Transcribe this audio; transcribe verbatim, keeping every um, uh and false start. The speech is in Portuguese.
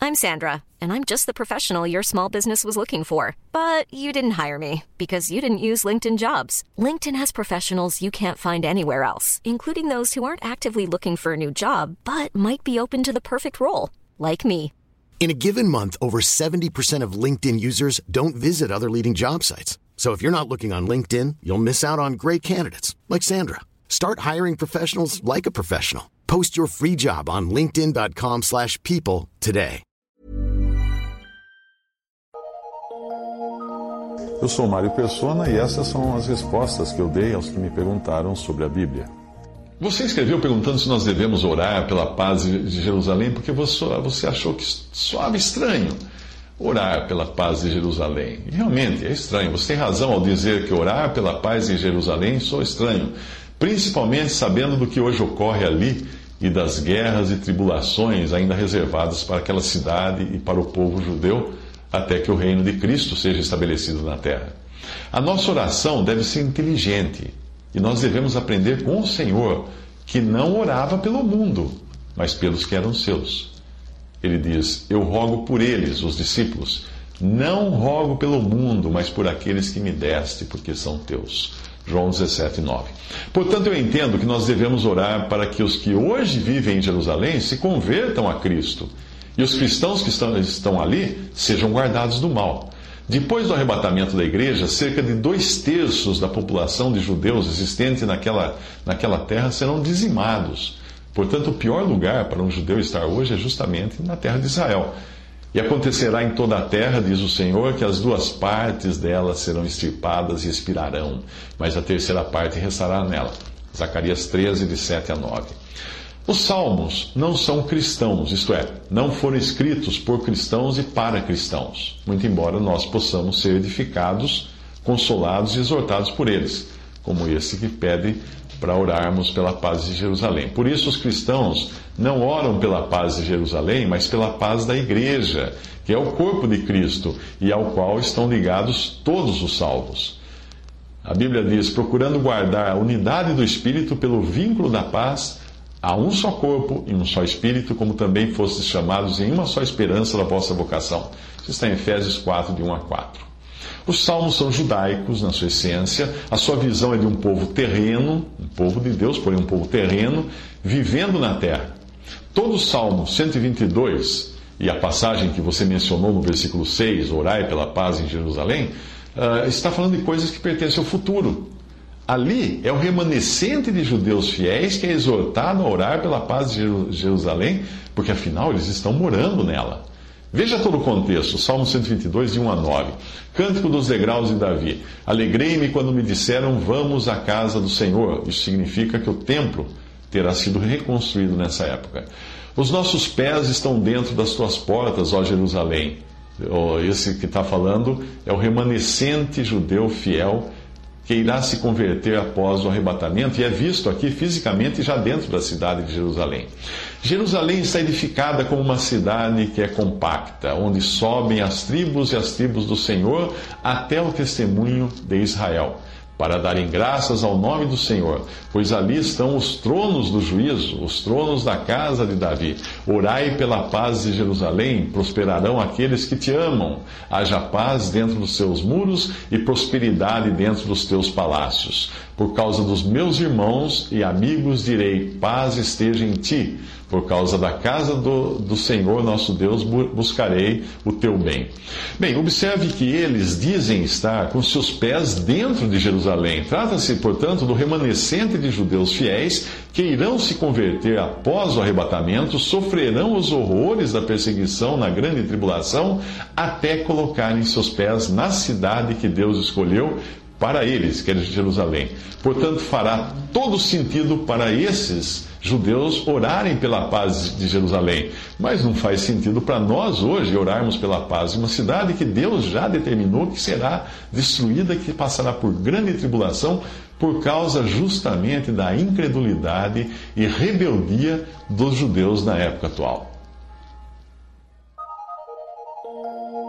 I'm Sandra, and I'm just the professional your small business was looking for. But you didn't hire me because you didn't use LinkedIn Jobs. LinkedIn has professionals you can't find anywhere else, including those who aren't actively looking for a new job, but might be open to the perfect role, like me. In a given month, over seventy percent of LinkedIn users don't visit other leading job sites. So if you're not looking on LinkedIn, you'll miss out on great candidates like Sandra. Start hiring professionals like a professional. Post your free job on linkedin dot com slash people today. Eu sou Mário Persona e essas são as respostas que eu dei aos que me perguntaram sobre a Bíblia. Você escreveu perguntando se nós devemos orar pela paz de Jerusalém, porque você achou que soava estranho orar pela paz de Jerusalém. E realmente é estranho. Você tem razão ao dizer que orar pela paz em Jerusalém soa estranho, principalmente sabendo do que hoje ocorre ali e das guerras e tribulações ainda reservadas para aquela cidade e para o povo judeu, até que o reino de Cristo seja estabelecido na terra. A nossa oração deve ser inteligente, e nós devemos aprender com o Senhor, que não orava pelo mundo, mas pelos que eram seus. Ele diz: eu rogo por eles, os discípulos, não rogo pelo mundo, mas por aqueles que me deste, porque são teus. João dezessete, nove. Portanto, eu entendo que nós devemos orar para que os que hoje vivem em Jerusalém se convertam a Cristo, e os cristãos que estão, estão ali sejam guardados do mal. Depois do arrebatamento da igreja, cerca de dois terços da população de judeus existente naquela, naquela terra serão dizimados. Portanto, o pior lugar para um judeu estar hoje é justamente na terra de Israel. E acontecerá em toda a terra, diz o Senhor, que as duas partes dela serão extirpadas e expirarão, mas a terceira parte restará nela. Zacarias treze, de sete a nove. Os salmos não são cristãos, isto é, não foram escritos por cristãos e para cristãos, muito embora nós possamos ser edificados, consolados e exortados por eles, como esse que pede para orarmos pela paz de Jerusalém. Por isso os cristãos não oram pela paz de Jerusalém, mas pela paz da igreja, que é o corpo de Cristo e ao qual estão ligados todos os salvos. A Bíblia diz: procurando guardar a unidade do Espírito pelo vínculo da paz, há um só corpo e um só Espírito, como também fostes chamados em uma só esperança da vossa vocação. Isso está em Efésios quatro, de um a quatro. Os salmos são judaicos na sua essência, a sua visão é de um povo terreno, um povo de Deus, porém um povo terreno, vivendo na terra. Todo o Salmo cento e vinte e dois, e a passagem que você mencionou no versículo seis, orai pela paz em Jerusalém, uh, está falando de coisas que pertencem ao futuro. Ali é o remanescente de judeus fiéis que é exortado a orar pela paz de Jerusalém, porque afinal eles estão morando nela. Veja todo o contexto, Salmo cento e vinte e dois, de um a nove. Cântico dos degraus de Davi. Alegrei-me quando me disseram, vamos à casa do Senhor. Isso significa que o templo terá sido reconstruído nessa época. Os nossos pés estão dentro das tuas portas, ó Jerusalém. Esse que está falando é o remanescente judeu fiel que irá se converter após o arrebatamento, e é visto aqui fisicamente já dentro da cidade de Jerusalém. Jerusalém está edificada como uma cidade que é compacta, onde sobem as tribos e as tribos do Senhor até o testemunho de Israel, para darem graças ao nome do Senhor, pois ali estão os tronos do juízo, os tronos da casa de Davi. Orai pela paz de Jerusalém, prosperarão aqueles que te amam. Haja paz dentro dos seus muros e prosperidade dentro dos teus palácios. Por causa dos meus irmãos e amigos direi, paz esteja em ti. Por causa da casa do, do Senhor nosso Deus buscarei o teu bem. Bem, observe que eles dizem estar com seus pés dentro de Jerusalém. Trata-se, portanto, do remanescente de judeus fiéis que irão se converter após o arrebatamento, sofrerão os horrores da perseguição na grande tribulação, até colocarem seus pés na cidade que Deus escolheu para eles, que é Jerusalém. Portanto, fará todo sentido para esses judeus orarem pela paz de Jerusalém. Mas não faz sentido para nós hoje orarmos pela paz de uma cidade que Deus já determinou que será destruída, que passará por grande tribulação, por causa justamente da incredulidade e rebeldia dos judeus na época atual.